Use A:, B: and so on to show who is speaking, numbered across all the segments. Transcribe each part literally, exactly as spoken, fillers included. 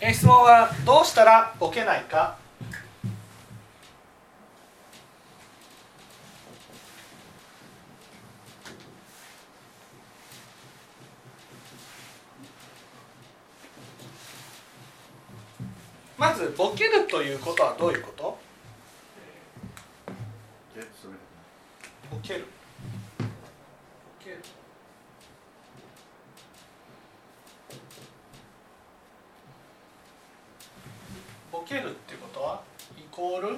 A: えー、質問はどうしたらボケないか。まずボケるということはどういうこと？ボケる。ボケる。ボケるっていうことはイコール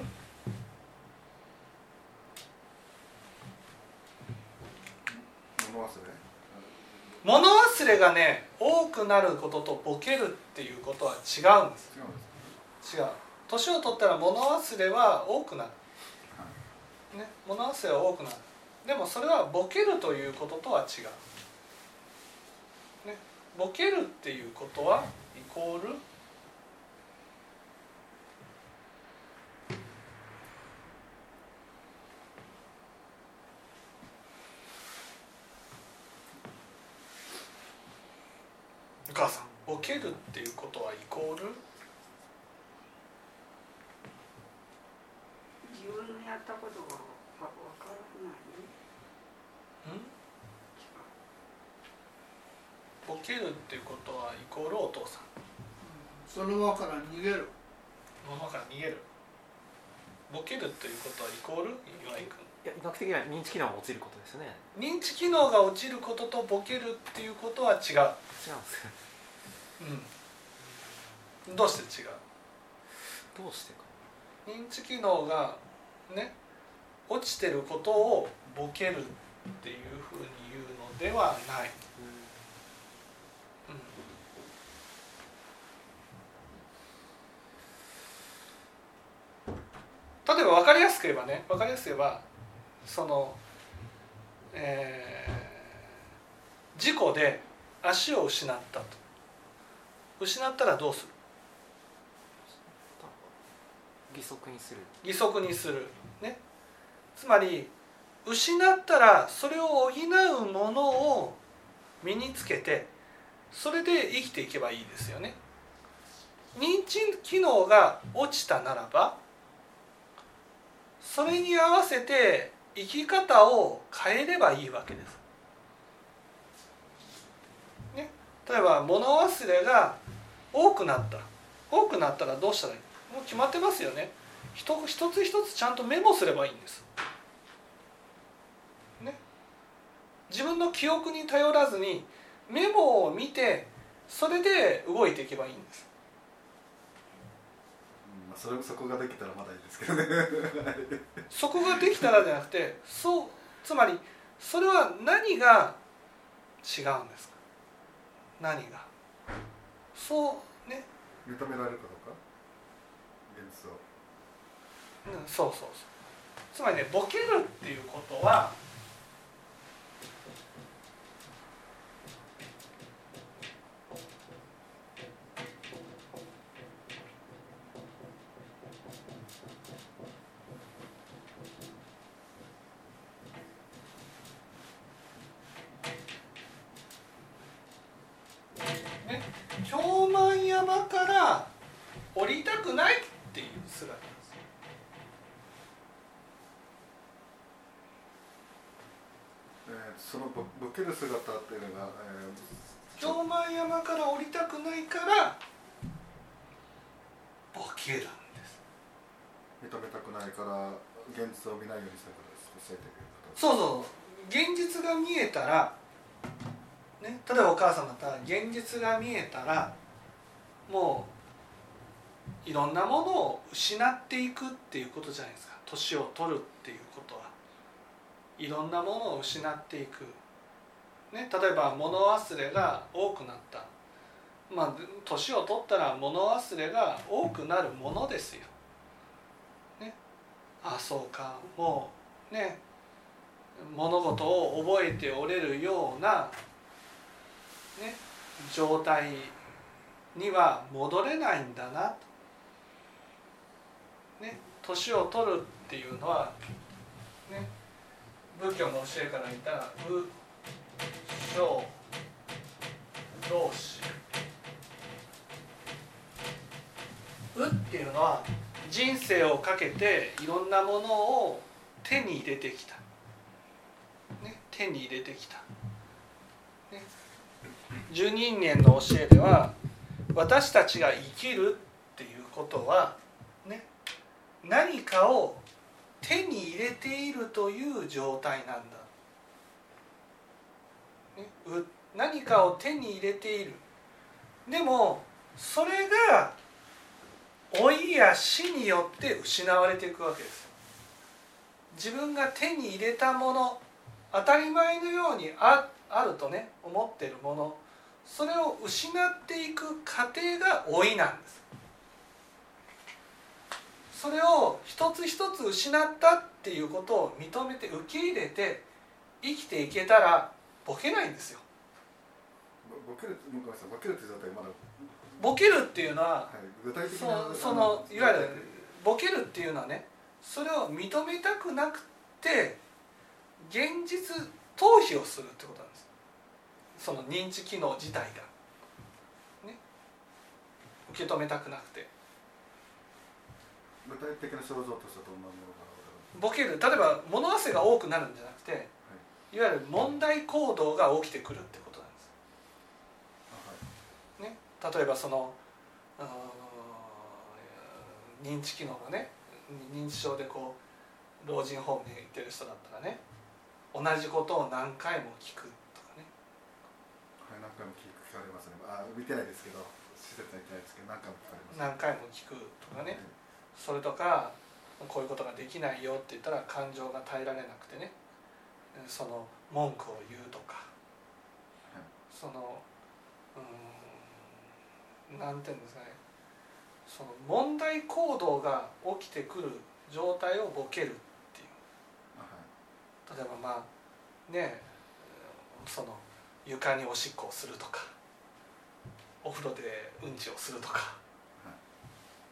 B: 物忘れ。
A: 物忘れがね多くなることとボケるっていうことは違うんです。
B: 違うんですか。
A: 違う。年を取ったら物忘れは多くなる、ね、物忘れは多くなる。でもそれはボケるということとは違う、ね、ボケるっていうことはイコールお母さん、ボケるっていうことはイコール
C: 自分のやったことが分からない。
A: んボケるっていうことはイコールお父さん、
D: その輪から逃げる。
A: その輪から逃げる。ボケるということはイコール岩井君。
E: いや、医学的には認知機能が落ちることですよね。
A: 認知機能が落ちることとボケるっていうことは違う。
E: 違うんですか。
A: うん。どうして違う？
E: どうしてか。
A: 認知機能がね落ちてることをボケるっていうふうに言うのではない。うん、例えば分かりやすく言えばね、分かりやすく言えばその、えー、事故で足を失ったと。失ったらどうする？
E: 義足にする。
A: 義足にする、ね、つまり失ったらそれを補うものを身につけてそれで生きていけばいいですよね。認知機能が落ちたならばそれに合わせて生き方を変えればいいわけです、ね、例えば物忘れが多くなった多くなったらどうしたらいい？もう決まってますよね。一つ一つちゃんとメモすればいいんです、ね、自分の記憶に頼らずにメモを見てそれで動いていけばいいんです。
B: うん、まあ、それそこができたらまだいいですけどね
A: そこができたらじゃなくて、そうつまりそれは何が違うんですか？何がそうね
B: 認められるかどうか現実を、
A: うん、そうそうそう。つまりねボケるっていうことはね、京満山から降りたくないっていう姿です。
B: えー、そのボボケる姿っていうのが、えー、
A: 京満山から降りたくないからボケるんです。
B: 認めたくないから現実を見ないようにすることです。教えてくれること。
A: そうそう、現実が見えたら、ね、例えばお母さんだったら現実が見えたらもういろんなものを失っていくっていうことじゃないですか。年を取るっていうことはいろんなものを失っていく、ね、例えば物忘れが多くなった、まあ年を取ったら物忘れが多くなるものですよ、ね、ああそうか、もうね物事を覚えておれるような、ね、状態には戻れないんだなと、ね、年を取るっていうのは、ね、仏教の教えから言ったら無生老死っていうのは人生をかけていろんなものを手に入れてきた、ね、手に入れてきた、ね、十人伝の教えでは私たちが生きるっていうことは、ね、何かを手に入れているという状態なんだ、ね、う何かを手に入れている。でもそれが老いや死によって失われていくわけです。自分が手に入れたもの、当たり前のように あ, あるとね思っているもの、それを失っていく過程が老いなんです。それを一つ一つ失ったっていうことを認めて受け入れて生きていけたらボケないんですよ。
B: ボケるって向川さん、ボケるって状態まだ、
A: ボケるっていうのは、
B: はい、具体的な
A: そそのいわゆるボケるっていうのはね、それを認めたくなくて現実逃避をするってことなんです。その認知機能自体が、ね、受け止めたくなくて。
B: 具体的な症状としてはどんなものが
A: ボケる、例えば物忘れが多くなるんじゃなくて、はい、いわゆる問題行動が起きてくるってことなんです、はいね、例えばその認知機能がね、認知症でこう老人ホームに行ってる人だったらね、同じことを何回も聞くとかね、
B: はい、何回も聞かれますね。あ、見てないですけど、施設に行ってないですけど何回も聞かれます、
A: 何回も聞くとかね、それとかこういうことができないよって言ったら感情が耐えられなくてね、その文句を言うとか、はい、そのうーんなんていうんですかね、その問題行動が起きてくる状態をボケるっていう、はい、例えばまあね、その床におしっこをするとか、お風呂でうんちをするとか、はい、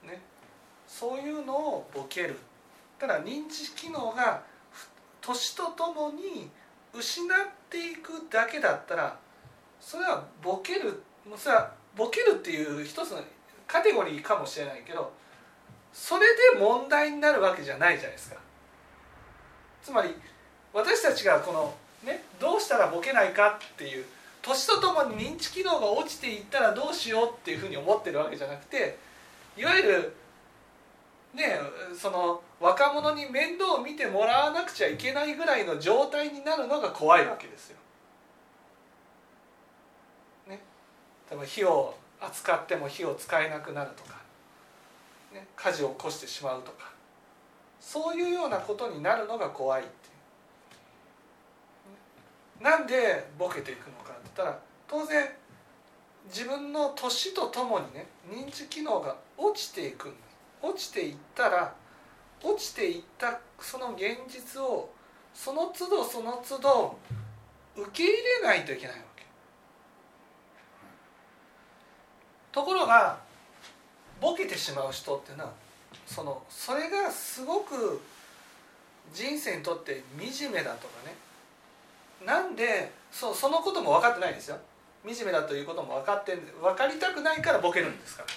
A: ね、そういうのをボケる。ただ認知機能が年とともに失っていくだけだったら、それはボケる、それはボケるっていう一つのカテゴリーかもしれないけど、それで問題になるわけじゃないじゃないですか。つまり私たちがこのね、どうしたらボケないかっていう、年とともに認知機能が落ちていったらどうしようっていうふうに思ってるわけじゃなくて、いわゆるね、その若者に面倒を見てもらわなくちゃいけないぐらいの状態になるのが怖いわけですよ。ね、例えば火を扱っても火を使えなくなるとか、ね、火事を起こしてしまうとか、そういうようなことになるのが怖いっていう。なんでボケていくのかって言ったら、当然自分の年とともにね、認知機能が落ちていくんです。落ちていったら、落ちていったその現実をその都度その都度受け入れないといけないわけ。ところがボケてしまう人っていうのは、そのそれがすごく人生にとって惨めだとかね、なんで そ, そのことも分かってないんですよ。惨めだということも分かって分かりたくないからボケるんですから。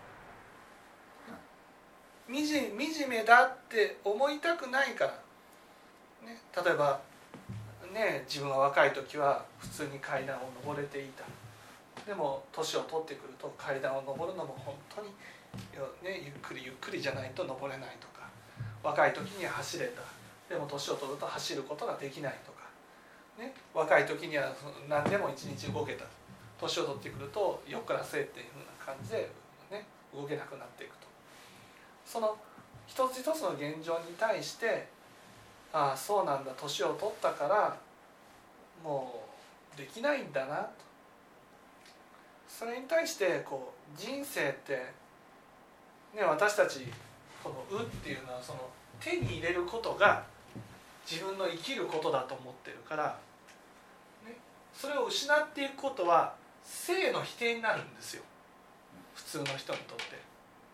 A: 惨めだって思いたくないから、ね、例えば、ね、自分は若い時は普通に階段を上れていた。でも年を取ってくると階段を上るのも本当に、ね、ゆっくりゆっくりじゃないと登れないとか、若い時には走れた。でも年を取ると走ることができないとか、ね、若い時には何でも一日動けた。年を取ってくるとよっからせっていう風な感じで、ね、動けなくなっていくと。その一つ一つの現状に対して、ああそうなんだ、年を取ったからもうできないんだなと。それに対してこう人生って、ね、私たちこの「う」っていうのはその手に入れることが自分の生きることだと思ってるから、ね、それを失っていくことは生の否定になるんですよ、普通の人にとって。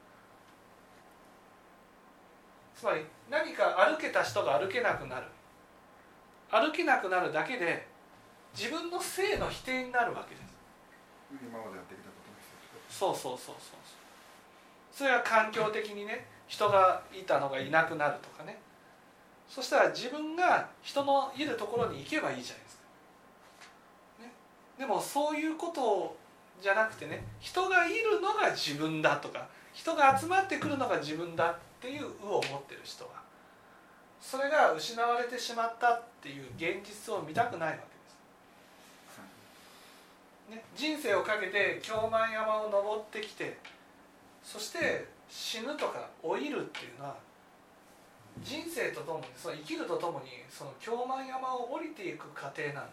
A: つまり何か歩けた人が歩けなくなる、歩けなくなるだけで自分の生の否定になるわけです。
B: 今までやってきたことです。
A: そうそうそうそう。 それは環境的にね人がいたのがいなくなるとかね、そしたら自分が人のいるところに行けばいいじゃないですか、ね、でもそういうことじゃなくてね、人がいるのが自分だとか人が集まってくるのが自分だっていう右を持ってる人はそれが失われてしまったっていう現実を見たくないわけです、ね、人生をかけて京満山を登ってきてそして死ぬとか老いるっていうのは人生とともにその生きるとともにその京満山を降りていく過程なんです。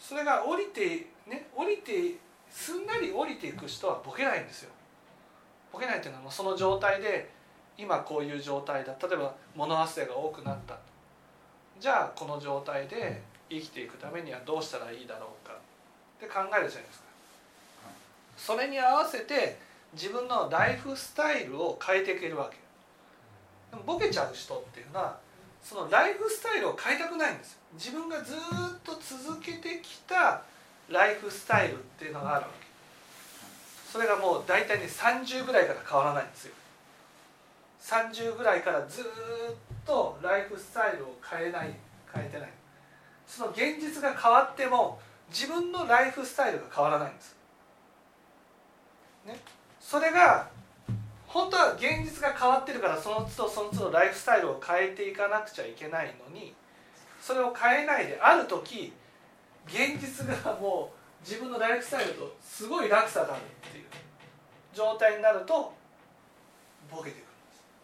A: それが降りてね降りてすんなり降りていく人はボケないんですよ。ボケないっていうのはその状態で今こういう状態だ、例えば物忘れが多くなったと、じゃあこの状態で生きていくためにはどうしたらいいだろうかって考えるじゃないですか。それに合わせて自分のライフスタイルを変えていけるわけ。でもボケちゃう人っていうのはそのライフスタイルを変えたくないんですよ。自分がずっと続けてきたライフスタイルっていうのがあるわけ。それがもう大体ねさんじゅうぐらいから変わらないんですよ。さんじゅうぐらいからずっとライフスタイルを変えない変えてない。その現実が変わっても自分のライフスタイルが変わらないんです、ね、それが本当は現実が変わってるからその都度その都度ライフスタイルを変えていかなくちゃいけないのに、それを変えないである時現実がもう自分のライフスタイルとすごい落差があるっていう状態になるとボケてくるんです。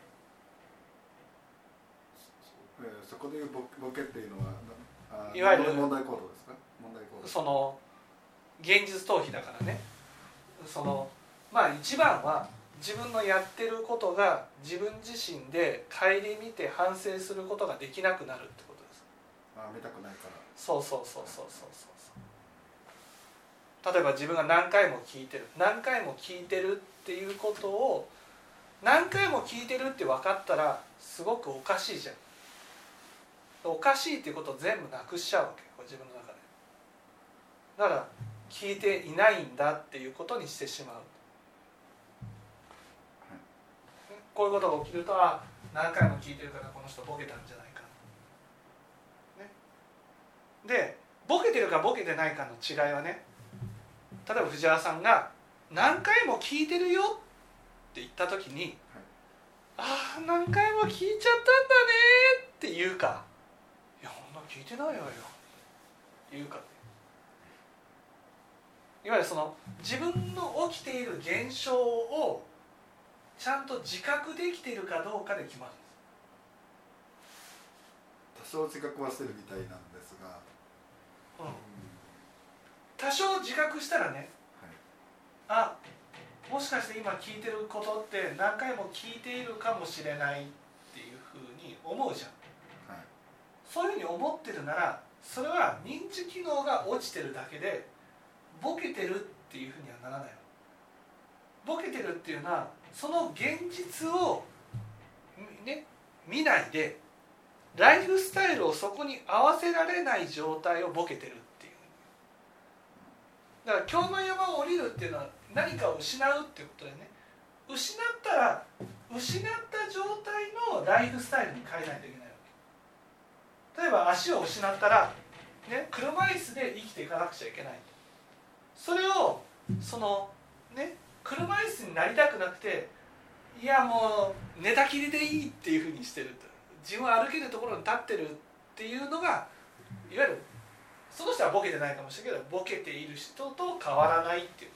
B: えー、そこでいうボボケっていうのはあ
A: いわゆる
B: 問題行動ですか？問題行動。
A: その現実逃避だからね、そのまあ一番は自分のやってることが自分自身で顧みて反省することができなくなるってことです。
B: あ、見たくないから。
A: そうそうそうそうそうそう。例えば自分が何回も聞いてる何回も聞いてるっていうことを何回も聞いてるって分かったらすごくおかしいじゃん。おかしいっていうことを全部なくしちゃうわけ、自分の中で。だから聞いていないんだっていうことにしてしまう。こういうことが起きると、あ、何回も聞いてるからこの人ボケたんじゃないか、ね、でボケてるかボケてないかの違いはね、例えば藤原さんが何回も聞いてるよって言った時に、はい、ああ何回も聞いちゃったんだねって言うか、いやそんな聞いてないわよ言うか、いわゆるその自分の起きている現象をちゃんと自覚できているかどうかで決まるん
B: です。多少自覚はしてるみたいなんですが、
A: うん、多少自覚したらね、はい、あ、もしかして今聞いてることって何回も聞いているかもしれないっていうふうに思うじゃん、はい、そういうふうに思ってるならそれは認知機能が落ちてるだけでボケてるっていうふうにはならない。ボケてるっていうのはその現実を、ね、見ないでライフスタイルをそこに合わせられない状態をボケてるっていう。だから京満山を降りるっていうのは何かを失うっていうことでね、失ったら失った状態のライフスタイルに変えないといけないわけ。例えば足を失ったら、ね、車椅子で生きていかなくちゃいけない。それをそのね車椅子になりたくなくて、いやもう寝たきりでいいっていうふうにしてると、自分は歩けるところに立ってるっていうのがいわゆるその人はボケてないかもしれないけどボケている人と変わらないっていう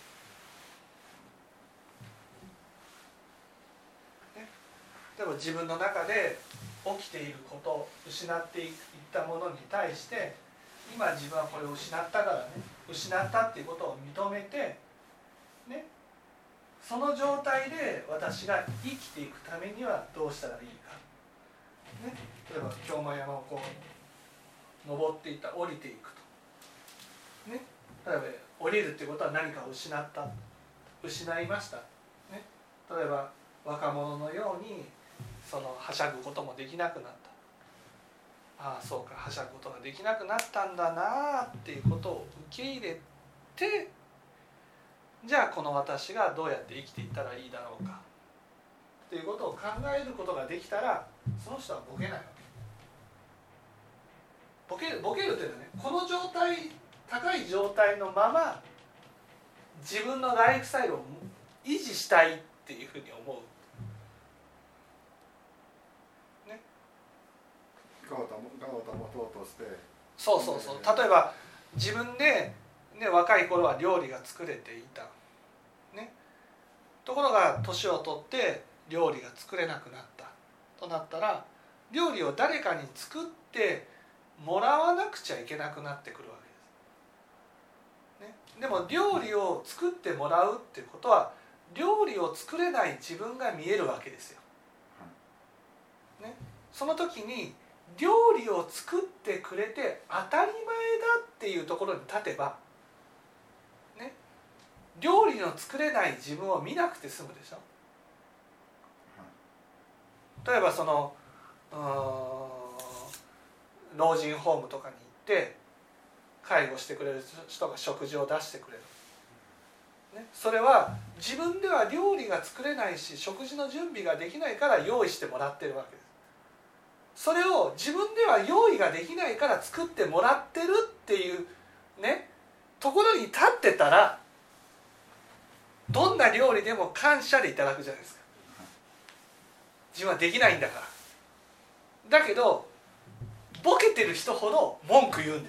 A: ことなんです、ね、でも自分の中で起きていること、失っていったものに対して今自分はこれを失ったからね、失ったっていうことを認めてね、その状態で私が生きていくためにはどうしたらいいか、ね、例えば京満山をこう登っていった降りていくと、ね、例えば降りるっていうことは何かを失った、失いました、ね、例えば若者のようにそのはしゃぐこともできなくなった、ああそうかはしゃぐことができなくなったんだなっていうことを受け入れて、ね、その状態で私が生きていくためにはどうしたらいいか、ね、例えば京満山をこう登っていった降りていくと、ね、例えば若者のようにそのはしゃぐこともできなくなった、ああそうかはしゃぐことができなくなったんだなっていうことを受け入れて、 じゃあこの私がどうやって生きていったらいいだろうかっていうことを考えることができたら、その人はボケないわけ。ボケる、ボケるというのはね、この状態、高い状態のまま自分のライフスタイルを維持したいっていうふうに思う。
B: 我を保とうとして、
A: そうそうそう。例えば自分で、ね、若い頃は料理が作れていた、ね、ところが年を取って料理が作れなくなったとなったら、料理を誰かに作ってもらわなくちゃいけなくなってくるわけです、ね、でも料理を作ってもらうっていうことは、料理を作れない自分が見えるわけですよ、ね、その時に料理を作ってくれて当たり前だっていうところに立てば、ね、料理の作れない自分を見なくて済むでしょ。例えばそのうーん老人ホームとかに行って介護してくれる人が食事を出してくれる、ね、それは自分では料理が作れないし食事の準備ができないから用意してもらってるわけです。それを自分では用意ができないから作ってもらってるっていうねところに立ってたら、どんな料理でも感謝でいただくじゃないですか。自分はできないんだから。だけどボケてる人ほど文句言うんです。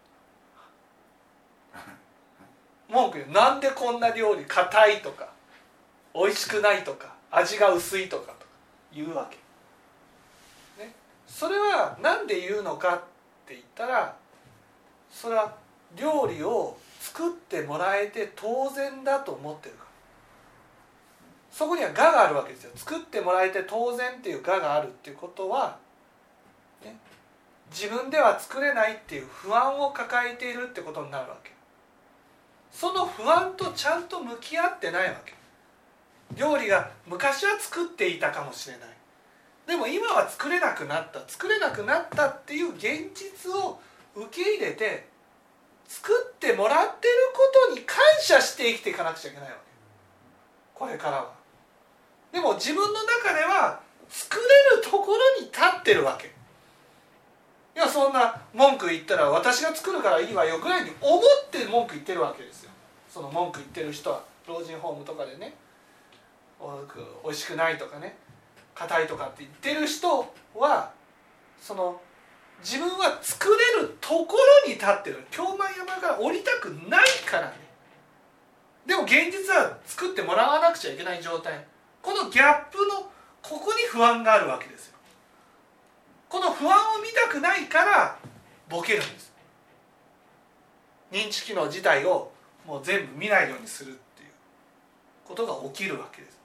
A: 文句言う。なんでこんな料理硬いとか美味しくないとか味が薄いとかとか言うわけ。それは何で言うのかって言ったら、それは料理を作ってもらえて当然だと思ってるから。そこには我があるわけですよ。作ってもらえて当然っていう我があるっていうことは、ね、自分では作れないっていう不安を抱えているってことになるわけ。その不安とちゃんと向き合ってないわけ。料理が昔は作っていたかもしれない。でも今は作れなくなった、作れなくなったっていう現実を受け入れて、作ってもらってることに感謝して生きていかなくちゃいけないわけ。これからは。でも自分の中では作れるところに立ってるわけ。いや、そんな文句言ったら私が作るからいいわよぐらいに思って文句言ってるわけですよ。その文句言ってる人は老人ホームとかでね、おいしくないとかね、硬いとかって言ってる人は、その自分は作れるところに立ってる。京満山から降りたくないからね。でも現実は作ってもらわなくちゃいけない状態。このギャップのここに不安があるわけですよ。この不安を見たくないからボケるんです。認知機能自体をもう全部見ないようにするっていうことが起きるわけです。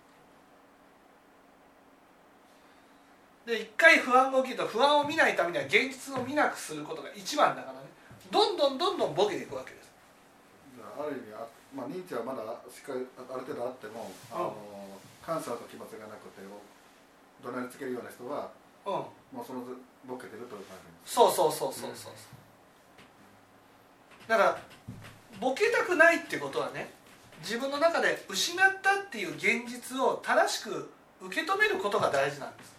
A: で、一回不安が起きると、不安を見ないためには現実を見なくすることが一番だからね、どんどんどんどんボケていくわけです。
B: ある意味あ、まあ、認知はまだしっかりある程度あっても、うん、あの感謝の気持ちがなくて怒鳴りつけるような人は、うん、もうそのボケてるという感じです。
A: そうそうそうそうそう、うん、だからボケたくないってことはね、自分の中で失ったっていう現実を正しく受け止めることが大事なんです。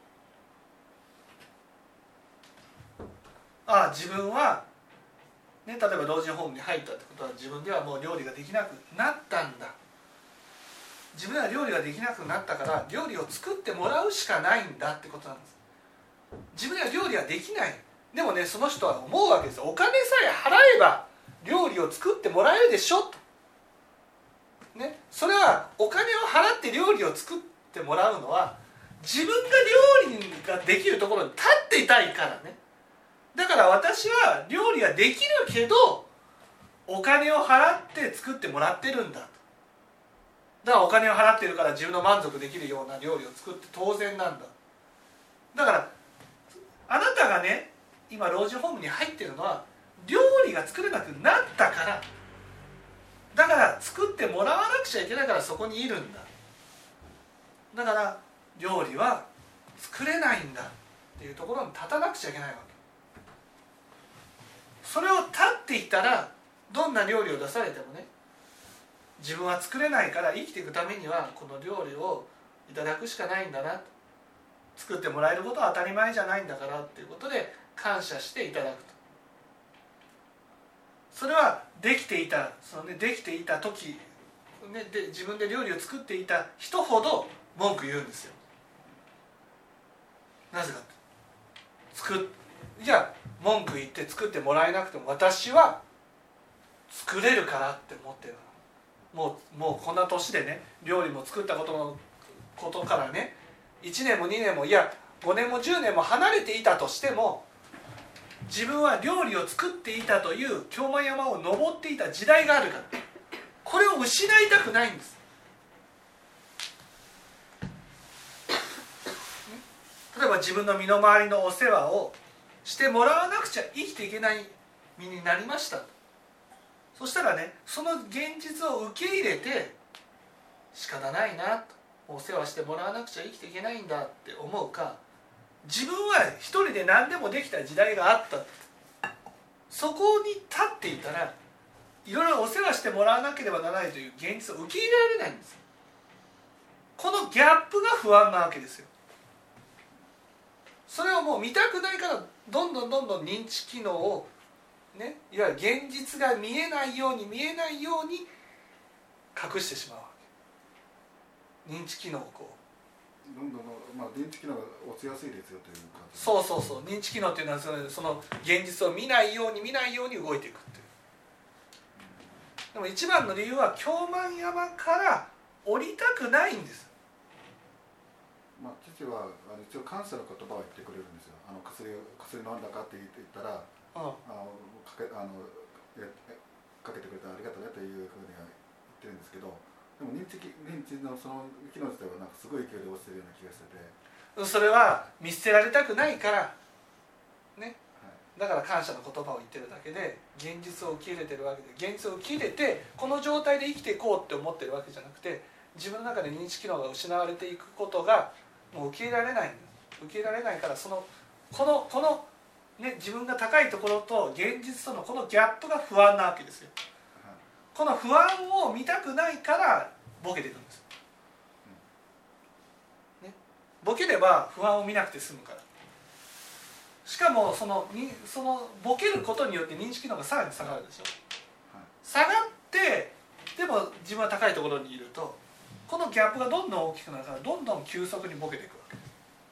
A: ああ、自分は、ね、例えば老人ホームに入ったってことは、自分ではもう料理ができなくなったんだ。自分では料理ができなくなったから料理を作ってもらうしかないんだってことなんです。自分では料理はできない。でもね、その人は思うわけです。お金さえ払えば料理を作ってもらえるでしょと、ね、それはお金を払って料理を作ってもらうのは、自分が料理ができるところに立っていたいからね。だから私は料理はできるけどお金を払って作ってもらってるんだと。だからお金を払ってるから自分の満足できるような料理を作って当然なんだ。だからあなたがね、今老人ホームに入ってるのは料理が作れなくなったから、だから作ってもらわなくちゃいけないからそこにいるんだ。だから料理は作れないんだっていうところに立たなくちゃいけないわけ。それを立っていたら、どんな料理を出されてもね、 自分は作れないから生きていくためにはこの料理をいただくしかないんだな、作ってもらえることは当たり前じゃないんだからっていうことで感謝していただくと。それはできていたその、ね、できていた時、ね、で自分で料理を作っていた人ほど文句言うんですよ。なぜかって作っじゃあ文句言って作ってもらえなくても私は作れるからって思ってる。もう、もうこんな年でね料理も作ったことのことからねいちねんもにねんもいやごねんもじゅうねんも離れていたとしても自分は料理を作っていたという京満山を登っていた時代があるから、これを失いたくないんです。例えば自分の身の回りのお世話をしてもらわなくちゃ生きていけない身になりました。そしたらねその現実を受け入れて仕方ないなと、お世話してもらわなくちゃ生きていけないんだって思うか、自分は一人で何でもできた時代があった、そこに立っていたらいろいろお世話してもらわなければならないという現実を受け入れられないんです。このギャップが不安なわけですよ。それをもう見たくないからどんどんどんどん認知機能をね、いわゆる現実が見えないように見えないように隠してしまうわけ。認知機能をこう
B: どんどん、まあ、認知機能が落ちやすいですよという感じ。
A: そうそうそう、認知機能っていうのはその、その現実を見ないように見ないように動いていくっていう。でも一番の理由は京満山から降りたくないんです。
B: まあ、父はあの一応感謝の言葉を言ってくれるんですよ。あの 薬, 薬飲んだかって言ったら、うん、あのかけあのかけてくれてありがとうねというふうには言ってるんですけど、でも認知認知のその機能自体はなんかすごい勢いで落ちてるような気がしてて、
A: それは見捨てられたくないからね、はい、だから感謝の言葉を言ってるだけで現実を受け入れてるわけで、現実を受け入れてこの状態で生きていこうって思ってるわけじゃなくて、自分の中で認知機能が失われていくことがもう受け入れられないんです。受け入れられないから、そのこのこのね、自分が高いところと現実とのこのギャップが不安なわけですよ。この不安を見たくないからボケていくんです、ね、ボケれば不安を見なくて済むから。しかもそのにそのボケることによって認知機能がさらに下がるでしょ。下がってでも自分は高いところにいるとこのギャップがどんどん大きくなるからどんどん急速にボケていくわけです。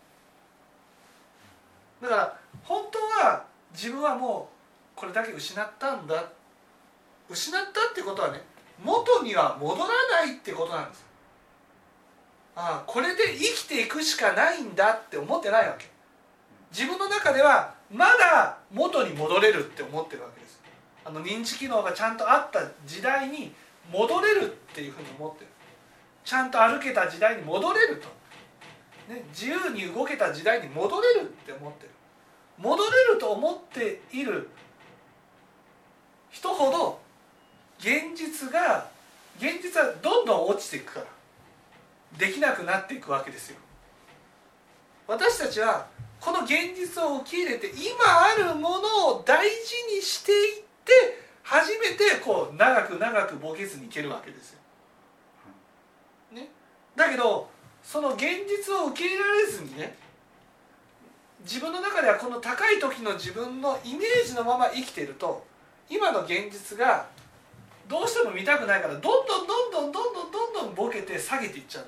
A: だから本当は自分はもうこれだけ失ったんだ、失ったってことはね元には戻らないってことなんです。ああこれで生きていくしかないんだって思ってないわけ。自分の中ではまだ元に戻れるって思ってるわけです。あの認知機能がちゃんとあった時代に戻れるっていうふうに思ってる。ちゃんと歩けた時代に戻れると、ね、自由に動けた時代に戻れるって思ってる。戻れると思っている人ほど現実が現実はどんどん落ちていくからできなくなっていくわけですよ。私たちはこの現実を受け入れて今あるものを大事にしていって初めてこう長く長くボケずにいけるわけですよ、ね、だけどその現実を受け入れられずにね、自分の中ではこの高い時の自分のイメージのまま生きていると今の現実がどうしても見たくないからどんどんどんどんどんどんどんどんボケて下げていっちゃうんです。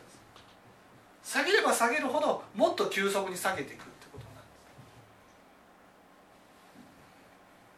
A: 下げれば下げるほどもっと急速に下げていくってことなんです。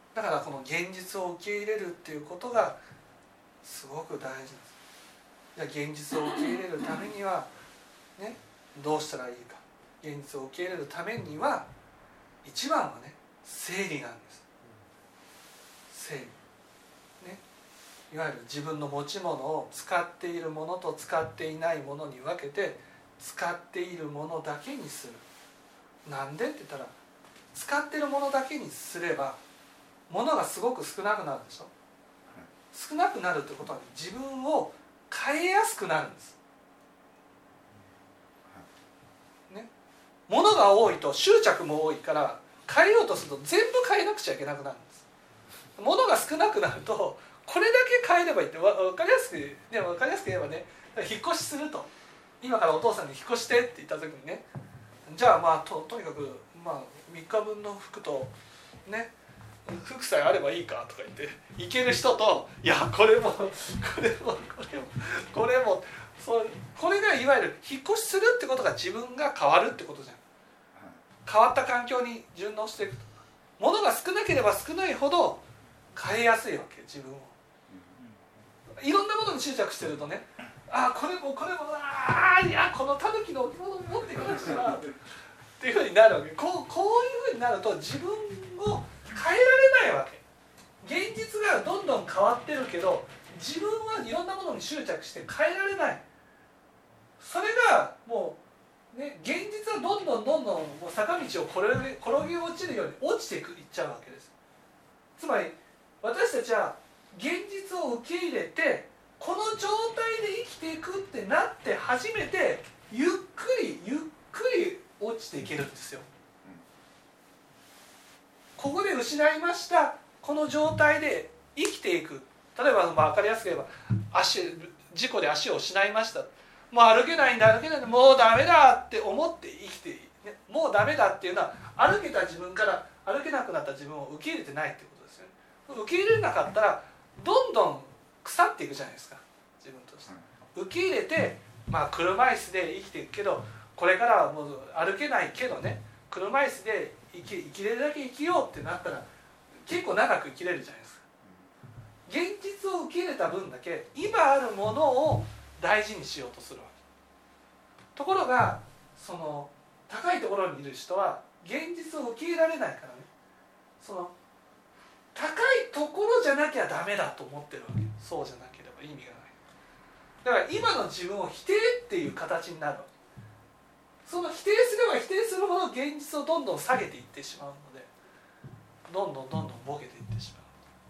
A: だからこの現実を受け入れるっていうことがすごく大事です。じゃあ現実を受け入れるためにはね、どうしたらいいか。現実を受け入れるためには一番はね整理なんです。整理、ね、いわゆる自分の持ち物を使っているものと使っていないものに分けて使っているものだけにする。なんでって言ったら使っているものだけにすれば物がすごく少なくなるでしょ。少なくなるってことは、ね、自分を変えやすくなるんです。物が多いと執着も多いから変えようとすると全部変えなくちゃいけなくなるんです。物が少なくなるとこれだけ変えればいいって分かりやすく、ね、分かりやすく言えばね、引っ越しすると、今からお父さんに引っ越してって言った時にね、じゃあまあ と, とにかく、まあ、みっかぶんの服とね服さえあればいいかとか言って行ける人と、いやこれもこれもこれもこれもそう、これがいわゆる引っ越しするってことが自分が変わるってことじゃん。変わった環境に順応していくと、物が少なければ少ないほど変えやすいわけ、自分を。いろんなものに執着してるとね、あこれもこれも、あいやこのタヌキの置物を持っていかなくちゃっていうふうになるわけ。こう、こういうふうになると自分を変えられないわけ。現実がどんどん変わってるけど自分はいろんなものに執着して変えられない。それがもうね、現実はどんどんどんどんもう坂道を転げ、転げ落ちるように落ちていくいっちゃうわけです。つまり私たちは現実を受け入れてこの状態で生きていくってなって初めてゆっくりゆっくり落ちていけるんですよ。ここで失いましたこの状態で生きていく。例えば、まあ、分かりやすく言えば足事故で足を失いました、もう歩けないんだ歩けないんだもうダメだって思って生きて、ね、もうダメだっていうのは歩けた自分から歩けなくなった自分を受け入れてないってことですよね。受け入れなかったらどんどん腐っていくじゃないですか、自分として。受け入れて、まあ、車椅子で生きていくけどこれからはもう歩けないけどね、車椅子で生き、生きれるだけ生きようってなったら結構長く生きれるじゃないですか。現実を受け入れた分だけ今あるものを大事にしようとするわけ。ところがその高いところにいる人は現実を受け入れられないからね、その高いところじゃなきゃダメだと思ってるわけ。そうじゃなければ意味がない。だから今の自分を否定っていう形になるわけ。その否定すれば否定するほど現実をどんどん下げていってしまうので、どんどんどんどんボケていってしまう。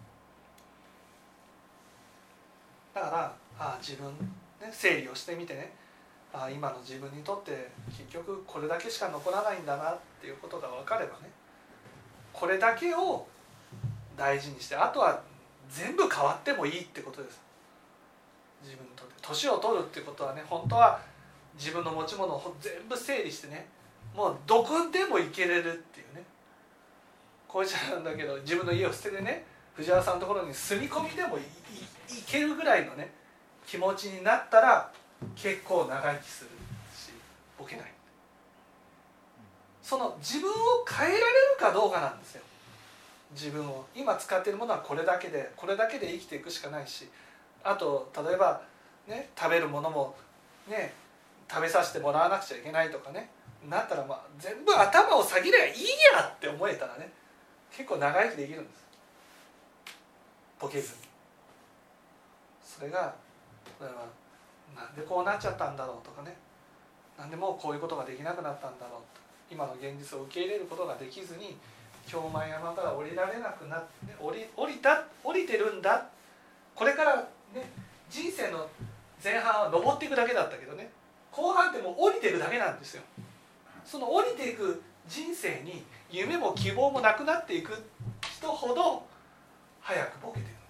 A: だからあ自分、ね、整理をしてみてね、あ今の自分にとって結局これだけしか残らないんだなっていうことが分かればね、これだけを大事にしてあとは全部変わってもいいってことです。自分にとって年を取るってことはね、本当は自分の持ち物を全部整理してね、もうどこでも行けれるっていうね、こうじゃなんだけど自分の家を捨ててね藤原さんのところに住み込みでもい行けるぐらいのね気持ちになったら結構長生きするしボケない。その自分を変えられるかどうかなんですよ。自分を今使っているものはこれだけでこれだけで生きていくしかないし、あと例えばね食べるものもね食べさせてもらわなくちゃいけないとかねなったら、まあ全部頭を下げればいいやって思えたらね結構長生きできるんです。ボケずに。それが例えばなんでこうなっちゃったんだろうとかね、なんでもうこういうことができなくなったんだろうと、今の現実を受け入れることができずに京満山から降りられなくなって、ね、降り、降りた降りてるんだ、これからね人生の前半は登っていくだけだったけどね、後半ってもう降りていくだけなんですよ。その降りていく人生に夢も希望もなくなっていく人ほど早くボケてる。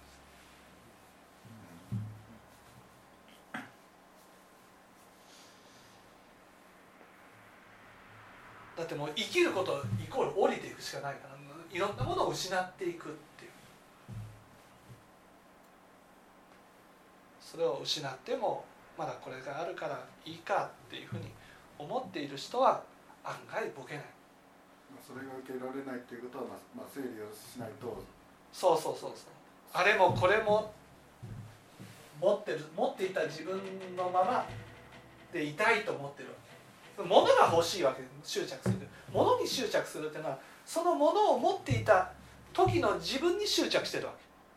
A: だってもう生きることイコール降りていくしかないから、いろんなものを失っていくっていう、それを失ってもまだこれがあるからいいかっていうふうに思っている人は案外ボケない。
B: それが受け入れられないっていうことは、まあまあ、整理をしないと。
A: そうそうそうそう、あれもこれも持ってる持っていた自分のままでいたいと思ってるわけ。物が欲しいわけで執着する。物に執着するっていうのはその物を持っていた時の自分に執着してるわ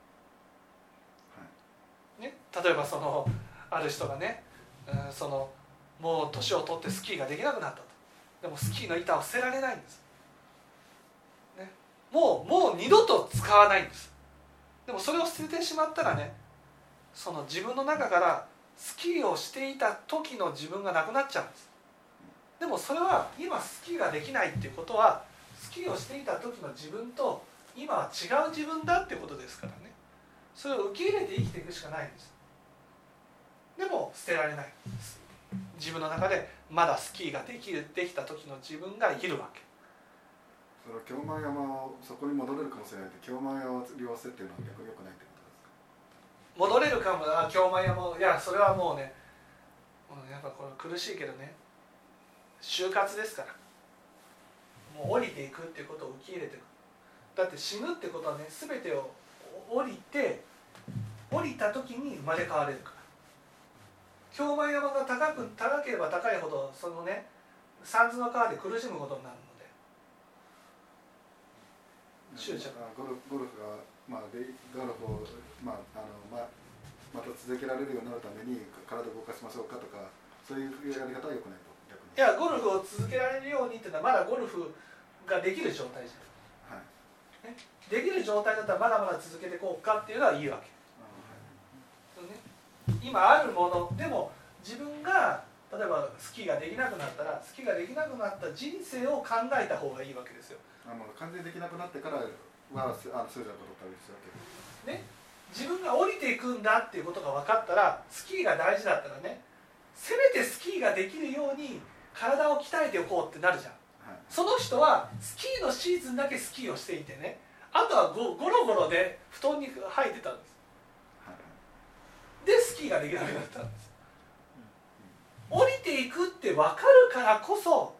A: け、ね、例えばそのある人がね、うん、そのもう年を取ってスキーができなくなったと。でもスキーの板を捨てられないんです、ね、もうもう二度と使わないんです。でもそれを捨ててしまったらね、その自分の中からスキーをしていた時の自分がなくなっちゃうんです。でもそれは今スキーができないっていうことはスキーをしていた時の自分と今は違う自分だってことですからね。 それを受け入れて生きていくしかないんです。でも捨てられない。自分の中でまだスキーができるできた時の自分がいるわけ。
B: その京満山をそこに戻れるかもしれないって京満山を利用せっていうのは逆に良くないってことですか。
A: 戻れるかも。あ、京満山、いやそれはもうね、もうやっぱこれ苦しいけどね、就活ですから。もう降りていくっていうことを受け入れていく。だって死ぬってことはね、全てを降りて降りた時に生まれ変われるから。京満山が高く高ければ高いほどそのね三途の川で苦しむことになるので。執着。
B: ゴルゴルフがまあゴルフをまああのままた続けられるようになるために体を動かしましょうかとかそういうやり方は良くないと。逆に。
A: いやゴルフを続けられるようにっていうのはまだゴルフができる状態じゃん。はい。ね、できる状態だったらまだまだ続けていこうかっていうのはいいわけ。ね、今あるものでも自分が例えばスキーができなくなったらスキーができなくなった人生を考えた方がいいわけですよ。
B: あの完全にできなくなってからは、うん、あのそういうことってあるんですよ。
A: ね、自分が降りていくんだっていうことが分かったらスキーが大事だったらね、せめてスキーができるように体を鍛えておこうってなるじゃん。はい、その人はスキーのシーズンだけスキーをしていてね、あとはゴゴロゴロで布団に入ってたんです。でスキーができなくなったんです。降りていくって分かるからこそ、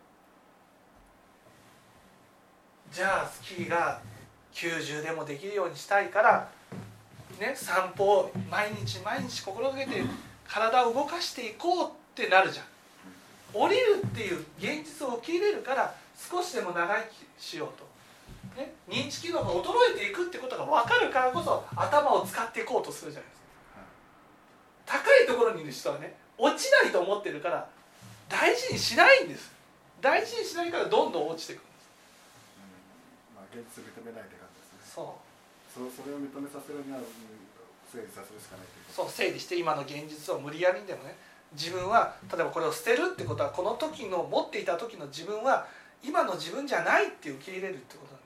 A: じゃあスキーがきゅうじゅうでもできるようにしたいからね、散歩を毎日毎日心がけて体を動かしていこうってなるじゃん。降りるっていう現実を受け入れるから少しでも長生きしようと、ね、認知機能が衰えていくってことが分かるからこそ頭を使っていこうとするじゃないですか。高いところにいる人はね、落ちないと思ってるから大事にしないんです。大事にしないからどんどん落ちていくんです。
B: うん、まあ、現実を認めないって感じですね。
A: そう。
B: そ, それを認めさせるには、うん、整理させるしかないという。
A: そう、整理して今の現実を無理やりにでもね、自分は例えばこれを捨てるってことはこの時の持っていた時の自分は今の自分じゃないって受け入れるってことなんです。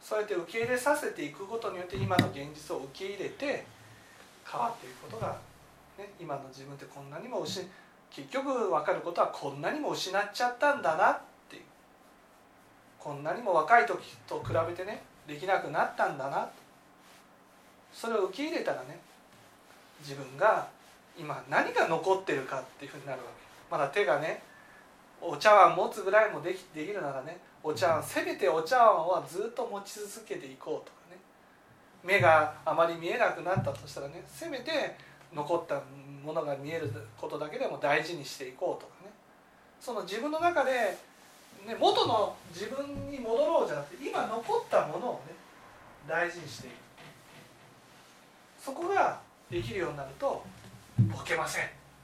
A: そうやって受け入れさせていくことによって今の現実を受け入れて変わっていくことが、ね、今の自分ってこんなにも失結局分かることはこんなにも失っちゃったんだなっていう、こんなにも若い時と比べてねできなくなったんだな、それを受け入れたらね、自分が今何が残ってるかっていうふうになるわけ。まだ手がねお茶碗持つぐらいもできできるならね、お茶碗せめてお茶碗はずっと持ち続けていこうとかね、目があまり見えなくなったとしたらね、せめて残ったものが見えることだけでも大事にしていこうとかね、その自分の中で、ね、元の自分に戻ろうじゃなくて今残ったものをね大事にしていく。そこができるようになるとボケません。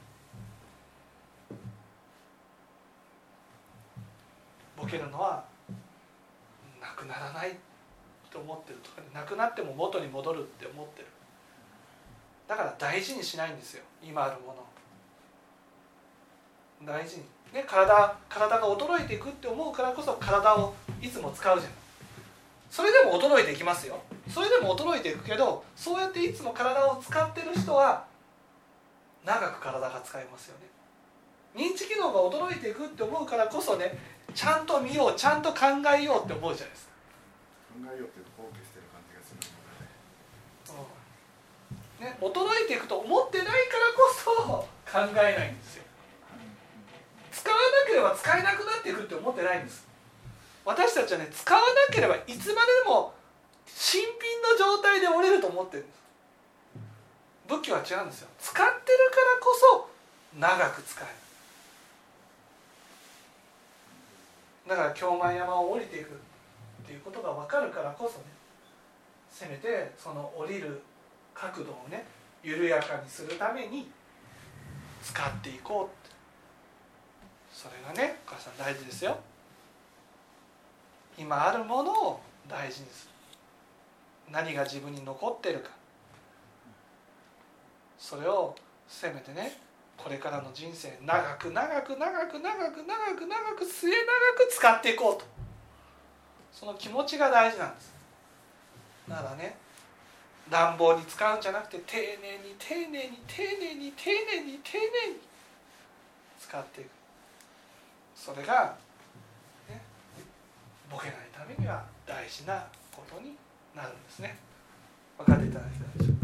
A: ボケるのはなくならないと思ってるとか、ね、なくなっても元に戻るって思ってる。だから大事にしないんですよ、今あるもの大事に、ね、体, 体が衰えていくって思うからこそ体をいつも使うじゃん。それでも衰えていきますよ。それでも衰えていくけど、そうやっていつも体を使ってる人は長く体が使えますよね。認知機能が衰えていくって思うからこそね、ちゃんと見よう、ちゃんと考えようって思うじゃないですか。
B: 考えようって放棄してる感じがするので、
A: ね、衰えていくと思ってないからこそ考えないんですよ。使わなければ使えなくなっていくって思ってないんです。私たちはね、使わなければいつまででも新品の状態で折れると思ってるんです。仏教は違うんですよ。使ってるからこそ長く使える。だから京満山を降りていくっていうことが分かるからこそね、せめてその降りる角度をね緩やかにするために使っていこうって、それがねお母さん大事ですよ。今あるものを大事にする。何が自分に残ってるか、それをせめてね、これからの人生長く長く長く長く長く長く末永く使っていこうと、 その気持ちが大事なんです。だからね、乱暴に使うんじゃなくて丁寧に丁寧に丁寧に丁寧に丁寧に使っていく。それが、ね、ボケないためには大事なことになるんですね。分かっていただけたでしょうか。